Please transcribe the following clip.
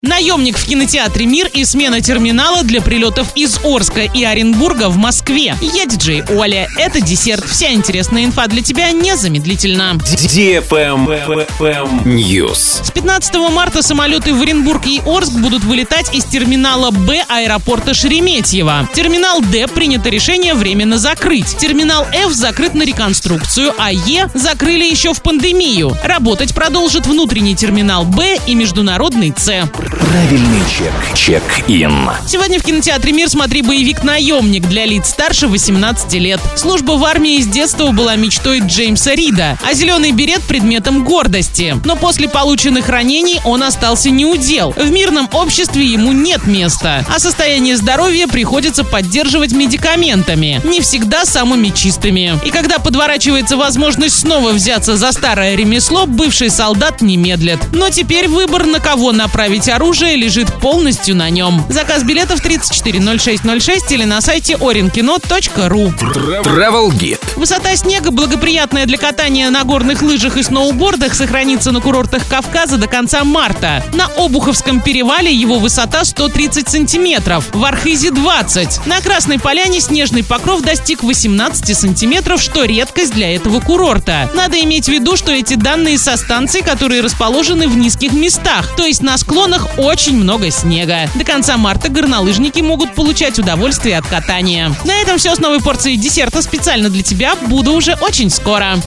Наемник в кинотеатре «Мир» и смена терминала для прилетов из Орска и Оренбурга в Москве. Я диджей Оля. Это десерт. Вся интересная инфа для тебя незамедлительно. News. С 15 марта самолеты в Оренбург и Орск будут вылетать из терминала «Б» аэропорта Шереметьево. Терминал «Д» принято решение временно закрыть. Терминал «Ф» закрыт на реконструкцию, а «Е» закрыли еще в пандемию. Работать продолжит внутренний терминал «Б» и международный «С». Правильный чек. Чек-ин. Сегодня в кинотеатре «Мир» смотри боевик «Наемник» для лиц старше 18 лет. Служба в армии с детства была мечтой Джеймса Рида, а зеленый берет предметом гордости. Но после полученных ранений он остался неудел. В мирном обществе ему нет места, а состояние здоровья приходится поддерживать медикаментами, не всегда самыми чистыми. И когда подворачивается возможность снова взяться за старое ремесло, бывший солдат не медлит. Но теперь выбор, на кого направить оружие, лежит полностью на нем. Заказ билетов 340606 или на сайте orinkino.ru. Travel Guide. Высота снега, благоприятная для катания на горных лыжах и сноубордах, сохранится на курортах Кавказа до конца марта. На Обуховском перевале его высота 130 сантиметров, в Архизе 20. На Красной Поляне снежный покров достиг 18 сантиметров, что редкость для этого курорта. Надо иметь в виду, что эти данные со станций, которые расположены в низких местах, то есть на склонах очень много снега. До конца марта горнолыжники могут получать удовольствие от катания. На этом все с новой порцией десерта специально для тебя. Буду уже очень скоро.